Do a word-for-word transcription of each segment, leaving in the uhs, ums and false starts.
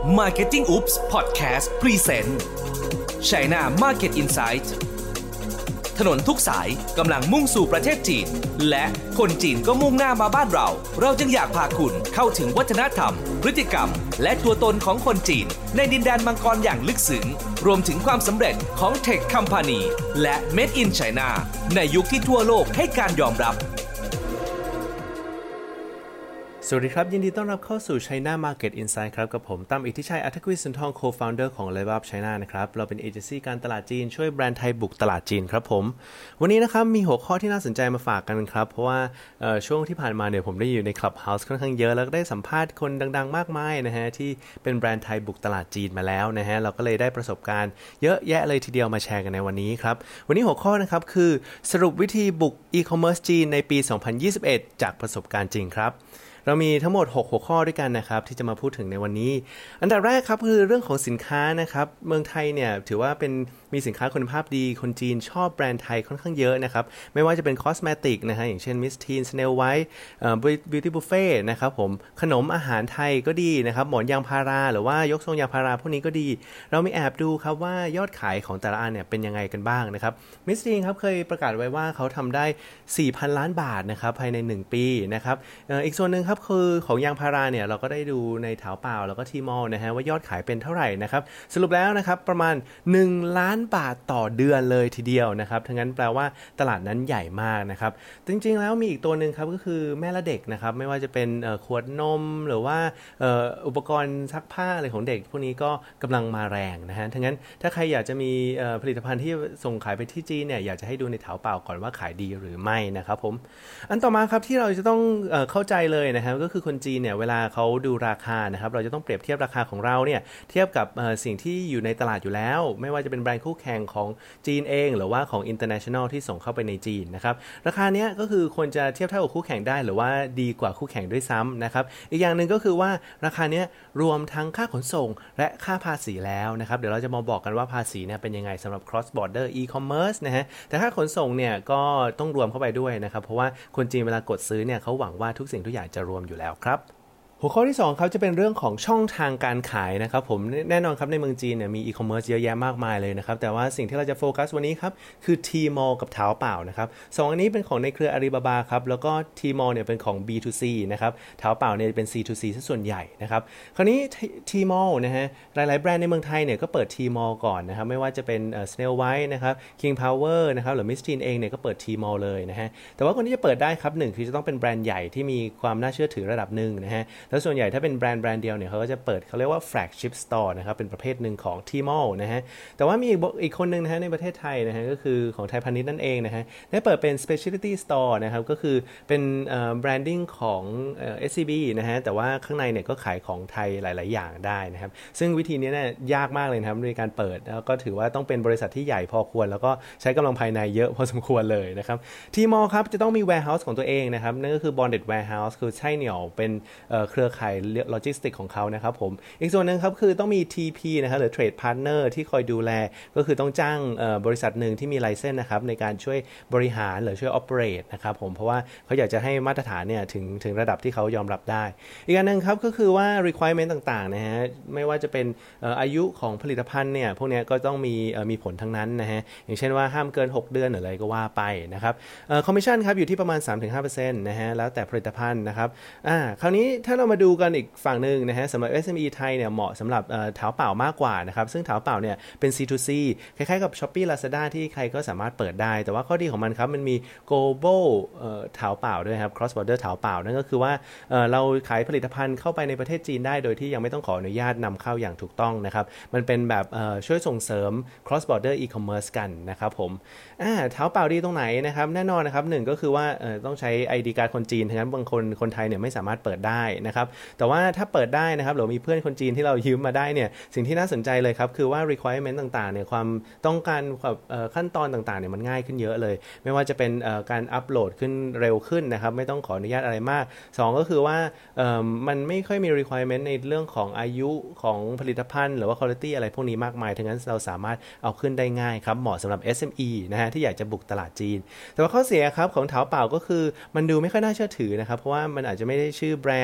Marketing Oops Podcast Present China Market Insight ถนนทุกสายกำลังมุ่งสู่ประเทศจีนและคนจีนก็มุ่งหน้ามาบ้านเราเราจึงอยากพาคุณเข้าถึงวัฒนธรรมพฤติกรรมและตัวตนของคนจีนในดินแดนมังกรอย่างลึกซึ้งรวมถึงความสำเร็จของ Tech Company และ Made in China ในยุคที่ทั่วโลกให้การยอมรับสวัสดีครับยินดีต้อนรับเข้าสู่ China Market Insight ครับกับผมตั้มอิทธิชัยอัธกฤษสุนทร Co-founder ของ Level Up China นะครับเราเป็นเอเจนซี่การตลาดจีนช่วยแบรนด์ไทยบุกตลาดจีนครับผมวันนี้นะครับมีหัวข้อที่น่าสนใจมาฝากกันครับเพราะว่าช่วงที่ผ่านมาเนี่ยผมได้อยู่ใน Clubhouse ค่อนข้างเยอะแล้วก็ได้สัมภาษณ์คนดังๆมากมายนะฮะที่เป็นแบรนด์ไทยบุกตลาดจีนมาแล้วนะฮะเราก็เลยได้ประสบการณ์เยอะแยะเลยทีเดียวมาแชร์กันในวันนี้ครับวันนี้หัวข้อนะครับคือสรุปวิธีบุก e-commerce จีนในปี สองพันยี่สิบเอ็ด จากประสบการณ์จริงครับเรามีทั้งหมดหกหัวข้อด้วยกันนะครับที่จะมาพูดถึงในวันนี้อันดับแรกครับคือเรื่องของสินค้านะครับเมืองไทยเนี่ยถือว่าเป็นมีสินค้าคุณภาพดีคนจีนชอบแบรนด์ไทยค่อนข้างเยอะนะครับไม่ว่าจะเป็นคอสเมติกนะฮะอย่างเช่น Miss Teen Snail White เอ่อ Beauty Buffet นะครับผมขนมอาหารไทยก็ดีนะครับหมอนยางพาราหรือว่ายกทรงยางพาราพวกนี้ก็ดีเรามีแอบดูครับว่ายอดขายของแต่ละอันเนี่ยเป็นยังไงกันบ้างนะครับ Miss Teen ครับเคยประกาศไว้ว่าเขาทำได้ สี่พัน ล้านบาทนะครับภายในหนึ่งปีนะครับเอ่ออีกส่วนนึงครับคือของยางพาราเนี่ยเราก็ได้ดูในถาวเปล่าแล้วก็ทีมอลนะฮะว่ายอดขายเป็นเท่าไหร่นะครับสรุปแล้วนะครับประมาณหนึ่งล้านบาทต่อเดือนเลยทีเดียวนะครับทั้งนั้นแปลว่าตลาดนั้นใหญ่มากนะครับจริงๆแล้วมีอีกตัวนึงครับก็คือแม่และเด็กนะครับไม่ว่าจะเป็นขวดนมหรือว่าอุปกรณ์ซักผ้าอะไรของเด็กพวกนี้ก็กำลังมาแรงนะฮะทั้งนั้นถ้าใครอยากจะมีผลิตภัณฑ์ที่ส่งขายไปที่จีนเนี่ยอยากจะให้ดูในถาวเปล่าก่อนว่าขายดีหรือไม่นะครับผมอันต่อมาครับที่เราจะต้องเข้าใจเลยนะครับก็คือคนจีนเนี่ยเวลาเขาดูราคานะครับเราจะต้องเปรียบเทียบราคาของเราเนี่ยเทียบกับสิ่งที่อยู่ในตลาดอยู่แล้วไม่ว่าจะเป็นแบรนด์คู่แข่งของจีนเองหรือว่าของ international ที่ส่งเข้าไปในจีนนะครับราคาเนี้ยก็คือควรจะเทียบเท่ากับคู่แข่งได้หรือว่าดีกว่าคู่แข่งด้วยซ้ำนะครับอีกอย่างนึงก็คือว่าราคาเนี้ยรวมทั้งค่าขนส่งและค่าภาษีแล้วนะครับเดี๋ยวเราจะมาบอกกันว่าภาษีเนี่ยเป็นยังไงสำหรับ cross border e-commerce นะฮะแต่ค่าขนส่งเนี่ยก็ต้องรวมเข้าไปด้วยนะครับเพราะว่าคนจีนเวลากดซื้อเนี่ยเขาหวังว่าทุกสิ่งทุกอย่างจะรวมอยู่แล้วครับหัวข้อที่สองครับจะเป็นเรื่องของช่องทางการขายนะครับผมแน่นอนครับในเมืองจีนเนี่ยมีอีคอมเมิร์ซเยอะแยะมากมายเลยนะครับแต่ว่าสิ่งที่เราจะโฟกัสวันนี้ครับคือ Tmall กับถาวเปล่านะครับสองอันนี้เป็นของในเครือ Alibaba ครับแล้วก็ Tmall เนี่ยเป็นของ บี ทู ซี นะครับถาวเปล่าเนี่ยเป็น ซี ทู ซี ซะส่วนใหญ่นะครับคราวนี้ Tmall นะฮะหลายๆแบรนด์ในเมืองไทยเนี่ยก็เปิด Tmall ก่อนนะครับไม่ว่าจะเป็น Snail White นะครับ King Power นะครับหรือ Miss Teen เองเนี่ยก็เปิด Tmall เลยนะฮะแต่ว่าคนที่จะเปิดได้ครับหนึ่งคือจะต้องเป็นแบรนด์ใหญ่ที่มีความน่าเชื่อถือระดับนึงนะฮะแล้วส่วนใหญ่ถ้าเป็นแบรนด์แบรนด์เดียวเนี่ยเขาก็จะเปิดเขาเรียกว่า flagship store นะครับเป็นประเภทหนึ่งของ Tmall นะฮะแต่ว่ามีอีกอีกคนนึงนะฮะในประเทศไทยนะฮะก็คือของไทยพาณิชย์นั่นเองนะฮะได้เปิดเป็น specialty store นะครับก็คือเป็นเอ่อ branding ของ เอ่อ เอส ซี บี นะฮะแต่ว่าข้างในเนี่ยก็ขายของไทยหลายๆอย่างได้นะครับซึ่งวิธีนี้เนี่ยยากมากเลยนะครับในการเปิดแล้วก็ถือว่าต้องเป็นบริษัทที่ใหญ่พอควรแล้วก็ใช้กำลังภายในเยอะพอสมควรเลยนะครับ Tmall ครับจะต้องมี warehouse ของตัวเองนะครับนั่นก็คือ bonded warehouse คือไช่เหนี่ยวเป็นเอ่อเครือข่ายโลจิสติกของเขานะครับผมอีกส่วนนึงครับคือต้องมี ที พี นะครับหรือ Trade Partner ที่คอยดูแลก็คือต้องจ้างบริษัทหนึ่งที่มีไลเซนส์นะครับในการช่วยบริหารหรือช่วย operate นะครับผมเพราะว่าเขาอยากจะให้มาตรฐานเนี่ยถึงถึงระดับที่เขายอมรับได้อีกอันนึงครับก็คือว่า requirement ต่างๆนะฮะไม่ว่าจะเป็นอายุของผลิตภัณฑ์เนี่ยพวกนี้ก็ต้องมีมีผลทั้งนั้นนะฮะอย่างเช่นว่าห้ามเกินหกเดือนหรืออะไรก็ว่าไปนะครับเอ่อ commission ครับอยู่ที่ประมาณ สามถึงห้าเปอร์เซ็นต์ นะฮะแล้วแต่ผลิตภัณฑ์นะครับอ่าคราวนี้ถ้าเรามาดูกันอีกฝั่งนึงนะฮะสำหรับ เอส เอ็ม อี ไทยเนี่ยเหมาะสำหรับถาวเปล่ามากกว่านะครับซึ่งถาวเปล่าเนี่ยเป็น ซี ทู ซี คล้ายๆกับ Shopee Lazada ที่ใครก็สามารถเปิดได้แต่ว่าข้อดีของมันครับมันมี global เอ่อถาวเปล่าด้วยครับ cross border ถาวเปล่านั่นก็คือว่าเอ่อเราขายผลิตภัณฑ์เข้าไปในประเทศจีนได้โดยที่ยังไม่ต้องขออนุญาตนำเข้าอย่างถูกต้องนะครับมันเป็นแบบเอ่อช่วยส่งเสริม cross border e-commerce กันนะครับผมอ่าถาวเปล่าดีตรงไหนนะครับแน่นอนนะครับหนึ่งก็คือว่าเอ่อต้องใช้ ไอ ดี การ์ดคนจีนทั้งนั้นบางคนคนไทยเนี่ยไม่สามารถเปิดได้นะครับแต่ว่าถ้าเปิดได้นะครับหรือมีเพื่อนคนจีนที่เรายืมมาได้เนี่ยสิ่งที่น่าสนใจเลยครับคือว่า requirement ต่างๆเนี่ยความต้องการขั้นตอนต่างๆเนี่ยมันง่ายขึ้นเยอะเลยไม่ว่าจะเป็นการอัปโหลดขึ้นเร็วขึ้นนะครับไม่ต้องขออนุญาตอะไรมากสองก็คือว่ามันไม่ค่อยมี requirement ในเรื่องของอายุของผลิตภัณฑ์หรือว่า quality อะไรพวกนี้มากมายทั้งนั้นเราสามารถเอาขึ้นได้ง่ายครับเหมาะสำหรับ เอส เอ็ม อี นะฮะที่อยากจะบุกตลาดจีนแต่ว่าข้อเสียครับของถาวเปล่าก็คือมันดูไม่ค่อยน่าเชื่อถือนะครับเพราะว่ามันอาจจะไม่ได้ชื่อแบรนด์แล้วมัน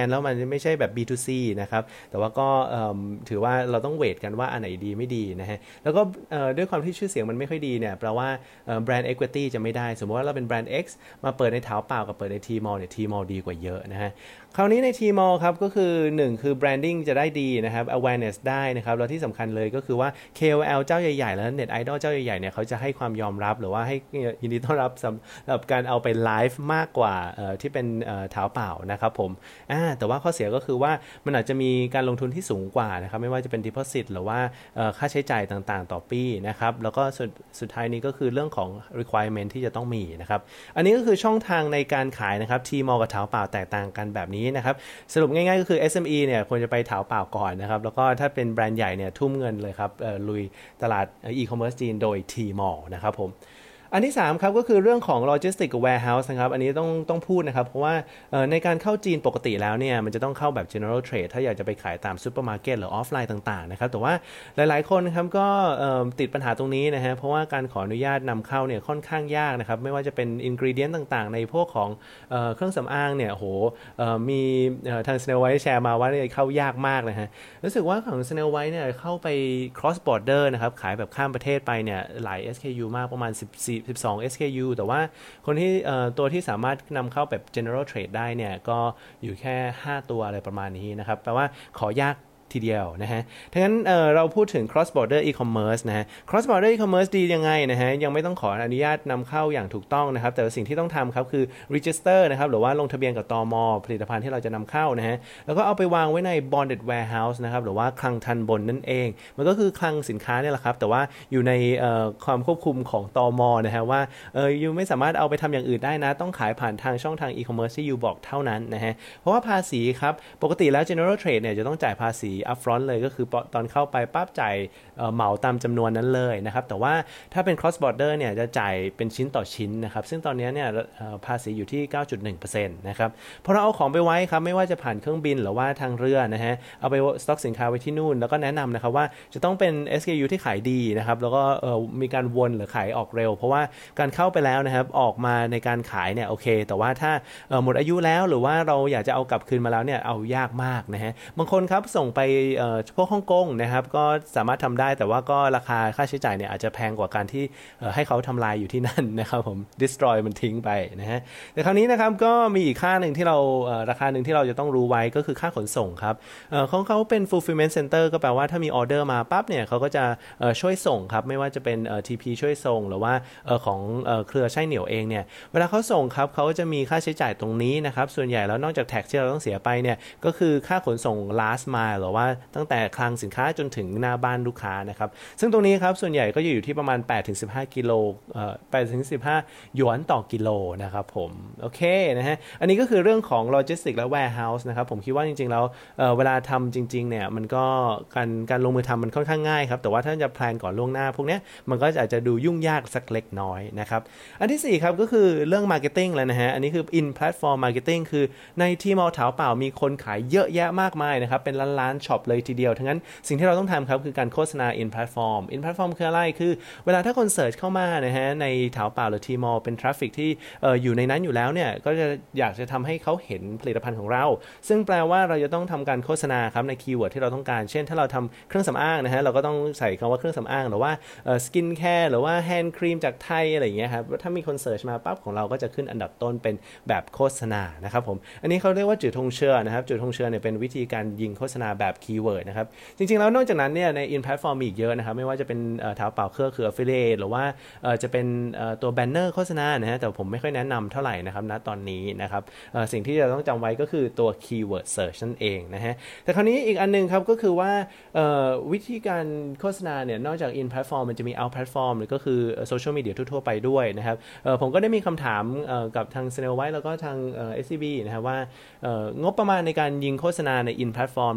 ไม่ใช่แบบ บี ทู ซี นะครับแต่ว่าก็ถือว่าเราต้องเวทกันว่าอันไหนดีไม่ดีนะฮะแล้วก็ด้วยความที่ชื่อเสียงมันไม่ค่อยดีเนี่ยแปลว่าแบรนด์ equity จะไม่ได้สมมติว่าเราเป็นแบรนด์ X มาเปิดในTaobaoเปล่ากับเปิดใน Tmall เนี่ย Tmall ดีกว่าเยอะนะฮะคราวนี้ใน Tmall ครับก็คือหนึ่งคือ branding จะได้ดีนะครับ awareness ได้นะครับแล้วที่สำคัญเลยก็คือว่า เค โอ แอล เจ้าใหญ่ๆแล้ว Net Idol เจ้าใหญ่ๆเนี่ยเขาจะให้ความยอมรับหรือว่าให้ยินดีต้อนรับสำหรับการเอาไปไลฟ์มากกว่าที่เป็นเท้าเปล่านะครับผมแต่ว่าข้อเสียก็คือว่ามันอาจจะมีการลงทุนที่สูงกว่านะครับไม่ว่าจะเป็น deposit หรือว่าค่าใช้จ่ายต่างๆต่อปีนะครับแล้วก็สุดสุดท้ายนี้ก็คือเรื่องของ requirement ที่จะต้องมีนะครับอันนี้ก็คือช่องทางในการขายนะครับ Tmall กับเท้าเปล่าแตกต่างกันแบบนี้นะครับสรุปง่ายๆก็คือ เอส เอ็ม อี เนี่ยควรจะไปเท้าเปล่าก่อนนะครับแล้วก็ถ้าเป็นแบรนด์ใหญ่เนี่ยทุ่มเงินเลยครับลุยตลาด e-commerce จีนโดย Tmall นะครับผมอันที่สามครับก็คือเรื่องของ logistic warehouse นะครับอันนี้ต้องต้องพูดนะครับเพราะว่าในการเข้าจีนปกติแล้วเนี่ยมันจะต้องเข้าแบบ general trade ถ้าอยากจะไปขายตามซูเปอร์มาร์เก็ตหรือออฟไลน์ต่างๆนะครับแต่ว่าหลายๆคนครับก็ติดปัญหาตรงนี้นะฮะเพราะว่าการขออนุญาตนำเข้าเนี่ยค่อนข้างยากนะครับไม่ว่าจะเป็น ingredient ต่างๆในพวกของเครื่องสำอางเนี่ยโหมีทาง Snail White แชร์มาว่าเข้ายากมากนะฮะรู้สึกว่าของ Snail White เนี่ยเข้าไป cross border นะครับขายแบบข้ามประเทศไปเนี่ยหลาย เอส เค ยู มากประมาณสิบสี่สิบสอง เอส เค ยู แต่ว่าคนที่ตัวที่สามารถนำเข้าแบบ general trade ได้เนี่ยก็อยู่แค่ห้าตัวอะไรประมาณนี้นะครับแปลว่าขอยากทีเดียวนะฮะทั้งนั้น เ, เราพูดถึง cross border e-commerce นะฮะ cross border e-commerce ดียังไงนะฮะยังไม่ต้องขออนุญาตนำเข้าอย่างถูกต้องนะครับแต่สิ่งที่ต้องทำครับคือ register นะครับหรือว่าลงทะเบียนกับตม.ผลิตภัณฑ์ที่เราจะนำเข้านะฮะแล้วก็เอาไปวางไว้ใน bonded warehouse นะครับหรือว่าคลังทันบนนั่นเองมันก็คือคลังสินค้าเนี่ยแหละครับแต่ว่าอยู่ในความควบคุมของตม.นะฮะว่าเออยูไม่สามารถเอาไปทำอย่างอื่นได้นะต้องขายผ่านทางช่องทาง e-commerce ที่ยูบอกเท่านั้นนะฮะเพราะว่าภาษีครับปกติแล้ว general trade เนี่ยจะต้องจ่ายภาษีupfront เลยก็คือตอนเข้าไปปั๊บจ่ายเหมาตามจำนวนนั้นเลยนะครับแต่ว่าถ้าเป็น cross border เนี่ยจะจ่ายเป็นชิ้นต่อชิ้นนะครับซึ่งตอนนี้เนี่ยภาษีอยู่ที่ เก้าจุดหนึ่งเปอร์เซ็นต์ นะครับพอเราเอาของไปไว้ครับไม่ว่าจะผ่านเครื่องบินหรือว่าทางเรือนะฮะเอาไปสต็อกสินค้าไว้ที่นู่นแล้วก็แนะนำนะครับว่าจะต้องเป็น เอส เค ยู ที่ขายดีนะครับแล้วก็มีการวนหรือขายออกเร็วเพราะว่าการเข้าไปแล้วนะครับออกมาในการขายเนี่ยโอเคแต่ว่าถ้าหมดอายุแล้วหรือว่าเราอยากจะเอากลับคืนมาแล้วเนี่ยเอายากมากนะฮะบางคนครับส่งไปพวกฮ่องกงนะครับก็สามารถทำได้แต่ว่าก็ราคาค่าใช้จ่ายเนี่ยอาจจะแพงกว่าการที่ให้เขาทำลายอยู่ที่นั่นนะครับผม destroy มันทิ้งไปนะฮะแต่คราวนี้นะครับก็มีอีกค่าหนึ่งที่เราราคาหนึ่งที่เราจะต้องรู้ไว้ก็คือค่าขนส่งครับของเขาเป็น fulfillment center ก็แปลว่าถ้ามีออเดอร์มาปั๊บเนี่ยเขาก็จะช่วยส่งครับไม่ว่าจะเป็น ที พี ช่วยส่งหรือว่าของเครือไช่เหนียวเองเนี่ยเวลาเขาส่งครับเขาจะมีค่าใช้จ่ายตรงนี้นะครับส่วนใหญ่แล้วนอกจาก tax ที่เราต้องเสียไปเนี่ยก็คือค่าขนส่ง last mile หรือว่าตั้งแต่คลังสินค้าจนถึงหน้าบ้านลูกค้านะครับซึ่งตรงนี้ครับส่วนใหญ่ก็อยู่ที่ประมาณ แปดถึงสิบห้า กิโลเอ่อ แปดถึงสิบห้า หยวนต่อกิโลนะครับผมโอเคนะฮะอันนี้ก็คือเรื่องของ logistics และ warehouse นะครับผมคิดว่าจริงๆแล้ว เ, เวลาทำจริงๆเนี่ยมันก็การการลงมือทำมันค่อนข้างง่ายครับแต่ว่าถ้าจะแพลนก่อนล่วงหน้าพวกนี้มันก็อาจจะดูยุ่งยากสักเล็กน้อยนะครับอันที่สี่ครับก็คือเรื่อง marketing แล้วนะฮะอันนี้คือ in platform marketing คือใน Tmall เท้าเปล่ามีคนขายเยอะแยะมากมายนะครับเป็นล้านๆช็อปเลยทีเดียวทั้งนั้นสิ่งที่เราต้องทำครับคือการโฆษณา in platform in platform คืออะไรคือเวลาถ้าคนเสิร์ชเข้ามานะฮะในเท้าเปล่าหรือ Tmall เป็นทราฟฟิกที่เอ่ออยู่ในนั้นอยู่แล้วเนี่ยก็จะอยากจะทำให้เขาเห็นผลิตภัณฑ์ของเราซึ่งแปลว่าเราจะต้องทำการโฆษณาครับในคีย์เวิร์ดที่เราต้องการเช่นถ้าเราทำเครื่องสำอางนะฮะเราก็ต้องใส่คำว่าเครื่องสำอางหรือว่าเอ่อสกินแคร์หรือว่าแฮนด์ครีมจากไทยอะไรอย่างเงี้ยครับถ้ามีคนเสิร์ชมาปั๊บของเราก็จะขึ้นอันดับต้นเป็นแบบโฆษณานะครับผมอันนี้เขาเรียกว่าจื่อทงเชื่อนะครับจื่อทงเชื่อเนี่ยเป็นวิธีการยิงโฆษณาแบบคีย์เวิร์ดนะครับจริงๆแล้วนอกจากนั้นเนี่ยใน in platform มีอีกเยอะนะครับไม่ว่าจะเป็นเท้าเปล่าเครือคือ affiliate หรือว่าจะเป็นตัวแบนเนอร์โฆษณานะฮะแต่ผมไม่ค่อยแนะนำเท่าไหร่นะครับณตอนนี้นะครับสิ่งที่เราต้องจำไว้ก็คือตัว keyword search นั่นเองนะฮะแต่คราวนี้อีกอันนึงครับก็คือว่าวิธีการโฆษณาเนี่ยนอกจาก in platform มันจะมี out platform หรือก็คือ social media ทั่วๆไปด้วยนะครับผมก็ได้มีคำถามกับทาง Snail White แล้วก็ทาง เอส ซี บี นะครับว่างบประมาณในการยิงโฆษณาใน in platform เนี่ยเท่าไหร่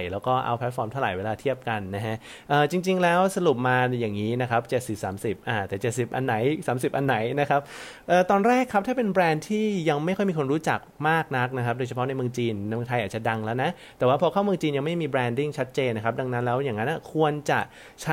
แล้วก็ out perform เท่าไหร่เวลาเทียบกันนะฮะจริงๆแล้วสรุปมาอย่างนี้นะครับเจ็ดสิบ สามสิบอ่าแต่เจ็ดสิบอันไหนสามสิบอันไหนนะครับตอนแรกครับถ้าเป็นแบรนด์ที่ยังไม่ค่อยมีคนรู้จักมากนักนะครับโดยเฉพาะในเมืองจีนในเมืองไทยอาจจะดังแล้วนะแต่ว่าพอเข้าเมืองจีนยังไม่มีแบรนดิ้งชัดเจนนะครับดังนั้นแล้วอย่างนั้นควรจะใช้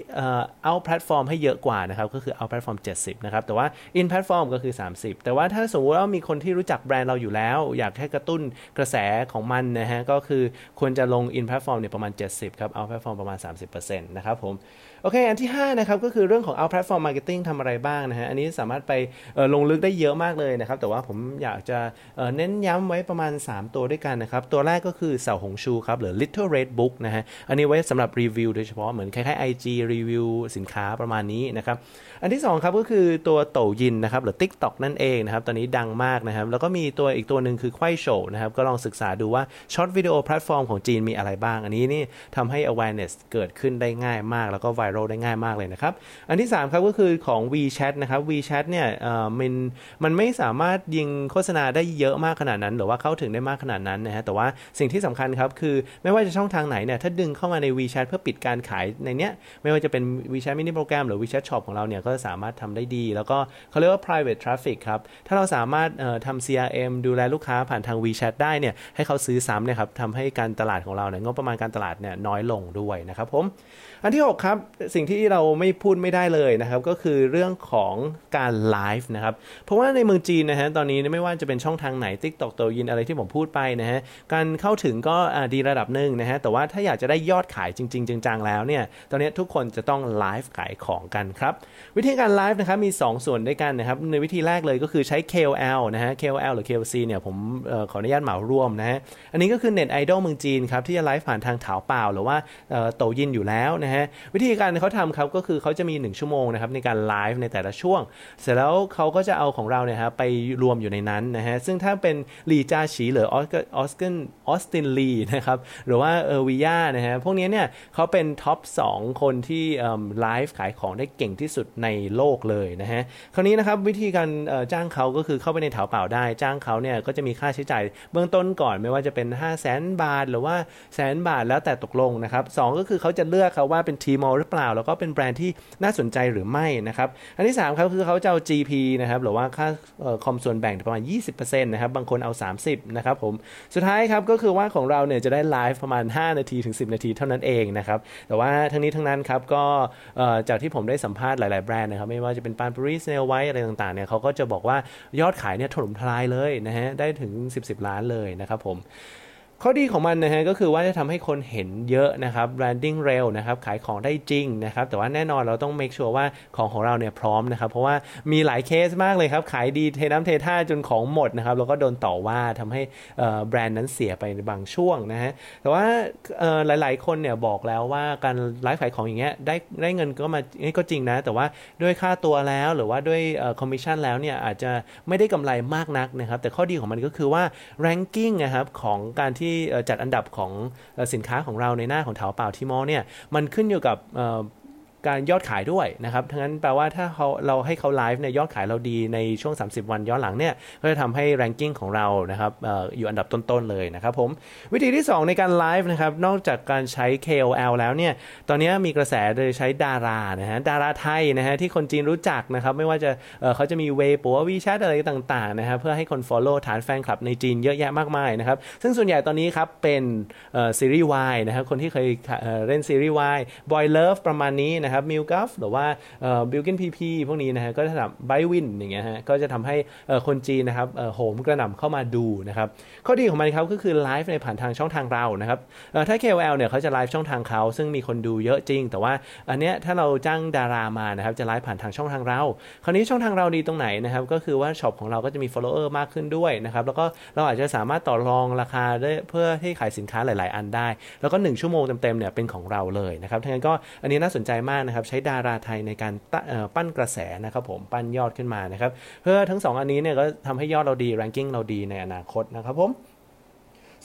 out platform ให้เยอะกว่านะครับก็คือ out platform เจ็ดสิบนะครับแต่ว่า in platform ก็คือสามสิบแต่ว่าถ้าสมมุติว่ามีคนที่รู้จักแบรนด์เราอยู่แล้วอยากให้กระตุ้นกระแสของมันนะฮะก็คือควรจะลง in platform เนี่ยประมาณเจ็ดสิบครับ out platform ประมาณ สามสิบเปอร์เซ็นต์ นะครับผมโอเคอันที่ห้านะครับก็คือเรื่องของ out platform marketing ทำอะไรบ้างนะฮะอันนี้สามารถไปลงลึกได้เยอะมากเลยนะครับแต่ว่าผมอยากจะเน้นย้ำไว้ประมาณสามตัวด้วยกันนะครับตัวแรกก็คือเสี่ยวหงชูครับหรือ Little Red Book นะฮะอันนี้ไว้สำหรับรีวิวโดยเฉพาะเหมือนคล้ายๆ ไอ จี รีวิวสินค้าประมาณนี้นะครับอันที่สองครับก็คือตัวโตยินนะครับหรือ TikTok นั่นเองนะครับตอนนี้ดังมากนะครับแล้วก็มีตัวอีกตัวหนึ่งคือควายโฉวนะครับก็ลองศึกษาดูว่าช็อตวิดีโอแพลตฟอร์มของจีนมีอะไรบ้างอันนี้นี่ทำให้ awareness เกิดขึ้นได้ง่ายมากแล้วก็ viral ได้ง่ายมากเลยนะครับอันที่สามครับก็คือของ WeChat นะครับ WeChat เนี่ยเอ่อมันมันไม่สามารถยิงโฆษณาได้เยอะมากขนาดนั้นหรือว่าเข้าถึงได้มากขนาดนั้นนะฮะแต่ว่าสิ่งที่สำคัญครับคือไม่ว่าจะช่องทางไหนเนี่ยถ้าดึงเข้ามาใน WeChat เพื่อปิดการขายในเนี้ยไม่ว่าจะเป็น WeChat mini program หรือ WeChat Shop ของเราเนี่ยก็สามารถทำได้ดีแล้วก็เขาเรียกว่า private traffic ครับถ้าเราสามารถเอ่อทำ ซี อาร์ เอ็ม ดูแลลูกค้าผ่านทาง WeChat ได้เนี่ยให้เขาซื้อซ้ำเนี่ยครับทำให้การตลาดของเราเนี่ยงบประมาณการตลาดเนี่ยน้อยลงด้วยนะครับผมอันที่หกครับสิ่งที่เราไม่พูดไม่ได้เลยนะครับก็คือเรื่องของการไลฟ์นะครับเพราะว่าในเมืองจีนนะฮะตอนนี้ไม่ว่าจะเป็นช่องทางไหน TikTok โตยินอะไรที่ผมพูดไปนะฮะการเข้าถึงก็ดีระดับหนึ่งนะฮะแต่ว่าถ้าอยากจะได้ยอดขายจริงๆจังๆแล้วเนี่ยตอนนี้ทุกคนจะต้องไลฟ์ขายของกันครับวิธีการไลฟ์นะครับมีสองส่วนด้วยกันนะครับในวิธีแรกเลยก็คือใช้ เค โอ แอล นะฮะ เค โอ แอล หรือ เค โอ ซี เนี่ยผมเอ่อขออนุญาตเหมารวมนะฮะอันนี้ก็คือเน็ตไอดอลเมืองจีนครับที่จะไลฟ์ผ่านทางถาวเปล่าหรือว่าโตยินอยู่แล้วนะฮะวิธีการเขาทำครับก็คือเขาจะมีหนึ่งชั่วโมงนะครับในการไลฟ์ในแต่ละช่วงเสร็จแล้วเขาก็จะเอาของเราเนี่ยฮะไปรวมอยู่ในนั้นนะฮะซึ่งถ้าเป็นลีจาฉีหรือออสออสกินออสตินลีนะครับหรือว่าเออร์วิยานะฮะพวกนี้เนี่ยเขาเป็นท็อปสองคนที่ไลฟ์ขายของได้เก่งที่สุดในโลกเลยนะฮะคราวนี้นะครับวิธีการจ้างเขาก็คือเข้าไปในถาวเปล่าได้จ้างเขาเนี่ยก็จะมีค่าใช้จ่ายเบื้องต้นก่อนไม่ว่าจะเป็น ห้าแสน บาทหรือว่าแสนบาทแล้วแต่ตกลงนะครับสองก็คือเขาจะเลือกเขาว่าเป็นทีมอลหรือเปล่าแล้วก็เป็นแบรนด์ที่น่าสนใจหรือไม่นะครับอันที่สามครับคือเขาจะเอา จี พี นะครับหรือว่าค่าคอมส่วนแบ่งประมาณ ยี่สิบเปอร์เซ็นต์ นะครับบางคนเอาสามสิบนะครับผมสุดท้ายครับก็คือว่าของเราเนี่ยจะได้ไลฟ์ประมาณห้านาทีถึงสิบนาทีเท่านั้นเองนะครับแต่ว่าทั้งนี้ทั้งนั้นครับก็จากที่ผมได้สัมภาษณ์หลายๆแบรนด์นะครับไม่ว่าจะเป็นปานปรีสเนลไวท์อะไรต่างๆเนี่ยเขาก็จะบอกว่ายอดขายเนี่ยถล่มทลายเลยนะฮะได้ถึงสิบ สิบล้านเลยนะครับผมข้อดีของมันนะฮะก็คือว่าจะทำให้คนเห็นเยอะนะครับ branding เร็วนะครับขายของได้จริงนะครับแต่ว่าแน่นอนเราต้อง make sure ว่าของของเราเนี่ยพร้อมนะครับเพราะว่ามีหลายเคสมากเลยครับขายดีเทน้ำเทท่าจนของหมดนะครับแล้วก็โดนต่อว่าทำให้แบรนด์นั้นเสียไปในบางช่วงนะฮะแต่ว่าหลายๆคนเนี่ยบอกแล้วว่าการไลฟ์ขายของอย่างเงี้ยได้ได้เงินก็มาก็จริงนะแต่ว่าด้วยค่าตัวแล้วหรือว่าด้วยคอมมิชชั่นแล้วเนี่ยอาจจะไม่ได้กำไรมากนักนะครับแต่ข้อดีของมันก็คือว่า ranking นะครับของการที่จัดอันดับของสินค้าของเราในหน้าของถาวเปล่าทีมอลเนี่ยมันขึ้นอยู่กับการยอดขายด้วยนะครับทั้งนั้นแปลว่าถ้าเขาเราให้เขาไลฟ์เนี่ยยอดขายเราดีในช่วงสามสิบวันย้อนหลังเนี่ยก็จะทำให้ ranking ของเรานะครับ อ, อยู่อันดับต้นๆเลยนะครับผมวิธีที่สองในการไลฟ์นะครับนอกจากการใช้ เค โอ แอล แล้วเนี่ยตอนนี้มีกระแสโดยใช้ดารานะฮะดาราไทยนะฮะที่คนจีนรู้จักนะครับไม่ว่าจะ เ, เขาจะมีเวปัววีแชทอะไรต่างๆนะครับเพื่อให้คน follow ฐานแฟนคลับในจีนเยอะแยะมากมายนะครับซึ่งส่วนใหญ่ตอนนี้ครับเป็นซีรีส์ Y นะครับคนที่เคยเล่นซีรีส์ Y Boy Love ประมาณนี้นะครับมิลกัฟหรือว่าบิลกินพีพีพวกนี้นะฮะก็จะทำไบวินอย่างเงี้ยฮะก็จะทำให้คนจีนนะครับโหมกระหน่ำเข้ามาดูนะครับข้อดีของมันครับก็คือไลฟ์ในผ่านทางช่องทางเรานะครับถ้า เค โอ แอล เนี่ยเขาจะไลฟ์ช่องทางเขาซึ่งมีคนดูเยอะจริงแต่ว่าอันเนี้ยถ้าเราจ้างดารามานะครับจะไลฟ์ผ่านทางช่องทางเราคราวนี้ช่องทางเราดีตรงไหนนะครับก็คือว่าช็อปของเราก็จะมี follower มากขึ้นด้วยนะครับแล้วก็เราอาจจะสามารถต่อรองราคาได้เพื่อให้ขายสินค้าหลายๆอันได้แล้วก็หนึ่งชั่วโมงเต็มๆเนี่ยเป็นของเราเลยนะครับทั้งนั้นก็อันนี้น่าสนใจมากนะครับใช้ดาราไทยในการปั้นกระแสนะครับผมปั้นยอดขึ้นมานะครับเพื่อทั้งสองอันนี้เนี่ยก็ทำให้ยอดเราดี ranking เราดีในอนาคตนะครับผม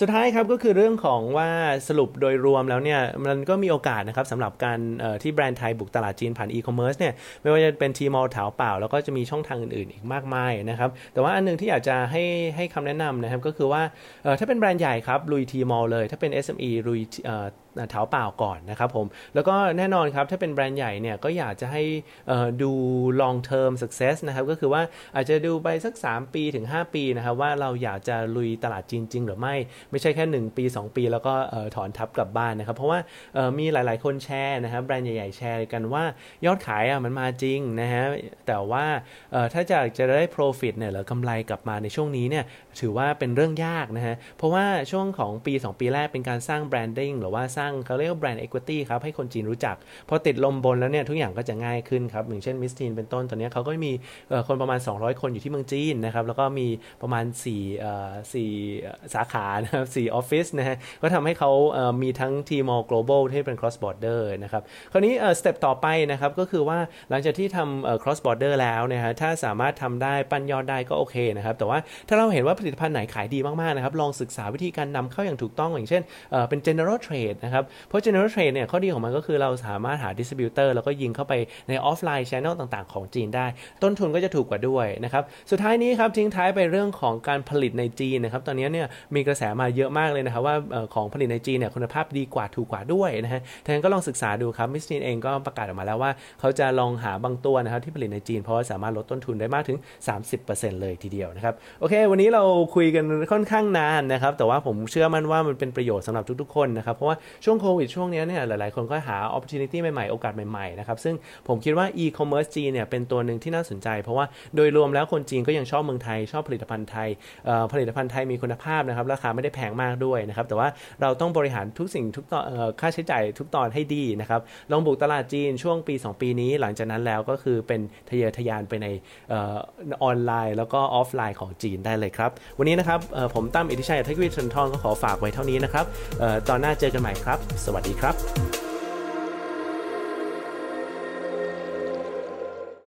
สุดท้ายครับก็คือเรื่องของว่าสรุปโดยรวมแล้วเนี่ยมันก็มีโอกาสนะครับสำหรับการที่แบรนด์ไทยบุกตลาดจีนผ่านอีคอมเมิร์ซเนี่ยไม่ว่าจะเป็น Tmall ถาวเปล่าแล้วก็จะมีช่องทางอื่นๆอีกมากมายนะครับแต่ว่าอันนึงที่อยากจะให้ให้คำแนะนำนะครับก็คือว่าถ้าเป็นแบรนด์ใหญ่ครับลุย Tmall เลยถ้าเป็น เอส เอ็ม อี ลุยเท้าเปล่าก่อนนะครับผมแล้วก็แน่นอนครับถ้าเป็นแบรนด์ใหญ่เนี่ยก็อยากจะให้ดู long term success นะครับก็คือว่าอาจจะดูไปสักสามปีถึงห้าปีนะครับว่าเราอยากจะลุยตลาดจีนจริงหรือไม่ไม่ใช่แค่หนึ่งปีสองปีแล้วก็ถอนทับกลับบ้านนะครับเพราะว่ามีหลายๆคนแชร์นะครับแบรนด์ใหญ่ๆแชร์กันว่ายอดขายอ่ะมันมาจริงนะฮะแต่ว่าถ้าจะจะได้ profit เนี่ยหรือกำไรกลับมาในช่วงนี้เนี่ยถือว่าเป็นเรื่องยากนะฮะเพราะว่าช่วงของปีสองปีแรกเป็นการสร้าง branding หรือว่าสร้างเขาเรียกว่า brand equity ครับให้คนจีนรู้จักพอติดลมบนแล้วเนี่ยทุกอย่างก็จะง่ายขึ้นครับอย่างเช่น Miss Teen เป็นต้นตอนนี้เขาก็มีคนประมาณสองร้อยคนอยู่ที่เมืองจีนนะครับแล้วก็มีประมาณสี่เอ่อสี่สาขานะครับสี่ออฟฟิศนะฮะก็ทำให้เขาเอ่อมีทั้ง Tmall Global ที่เป็น cross border นะครับคราวนี้เอ่อสเต็ปต่อไปนะครับก็คือว่าหลังจากที่ทำเอ่อ cross border แล้วนะฮะถ้าสามารถทำได้ปั้นยอดได้ก็โอเคนะครับแต่ว่าถ้าเราเห็นว่าผลิตภัณฑ์ไหนขายดีมากๆนะครับลองศึกษาวิธีการนำเข้าอย่างถูกต้องอย่างเช่นเอ่อเป็น general trade นะครับเพราะ general trade เนี่ยข้อดีของมันก็คือเราสามารถหา distributor แล้วก็ยิงเข้าไปใน offline channel ต่างๆของจีนได้ต้นทุนก็จะถูกกว่าด้วยนะครับสุดท้ายนี้ครับทิ้งท้ายไปเรื่องของการผลิตในจีนนะครับตอนนี้เนี่ยมีกระแสมาเยอะมากเลยนะครับว่าเอ่อของผลิตในจีนเนี่ยคุณภาพดีกว่าถูกกว่าด้วยนะฮะท่านก็ลองศึกษาดูครับมิสทีนเองก็ประกาศออกมาแล้วว่าเขาจะลองหาบางตัวนะครับที่ผลิตในจีนเพราะว่าสามารถลดต้นทุนได้มากถึง สามสิบเปอร์เซ็นต์ เลยทีเดียวนะครับโอเควันนี้เราคุยกันค่อนข้างนานนะครับแต่ว่าผมเชื่อมั่นว่ามันเป็นประโยชน์สำหรับทุกๆคนนะครับเพราะว่าช่วงโควิดช่วงนี้เนี่ยหลายๆคนก็หา opportunity ใหม่ๆโอกาสใหม่ๆนะครับซึ่งผมคิดว่า e-commerce จีนเนี่ยเป็นตัวหนึ่งที่น่าสนใจเพราะว่าโดยรวมแล้วคนจีนก็ยังชอบเมืองไทยชอบผลิตภัณฑ์ไทยผลิตภัณฑ์ไทยมีคุณภาพนะครับราคาไม่ได้แพงมากด้วยนะครับแต่ว่าเราต้องบริหารทุกสิ่งทุกตอนค่าใช้จ่ายทุกตอนให้ดีนะครับลองบุกตลาดจีนช่วงปีสองปีนี้หลังจากนั้นแล้วก็คือเป็นทะเยอทะยานไปในออนไลน์แล้วก็ออฟไลน์ของจีนได้เลยครับวันนี้นะครับผมตั้มอิทธิชัย เทควิทย์ ชนทองก็ขอฝากไว้เท่านี้นะครับตอนหน้าเจอกันใหม่ครับสวัสดีครับ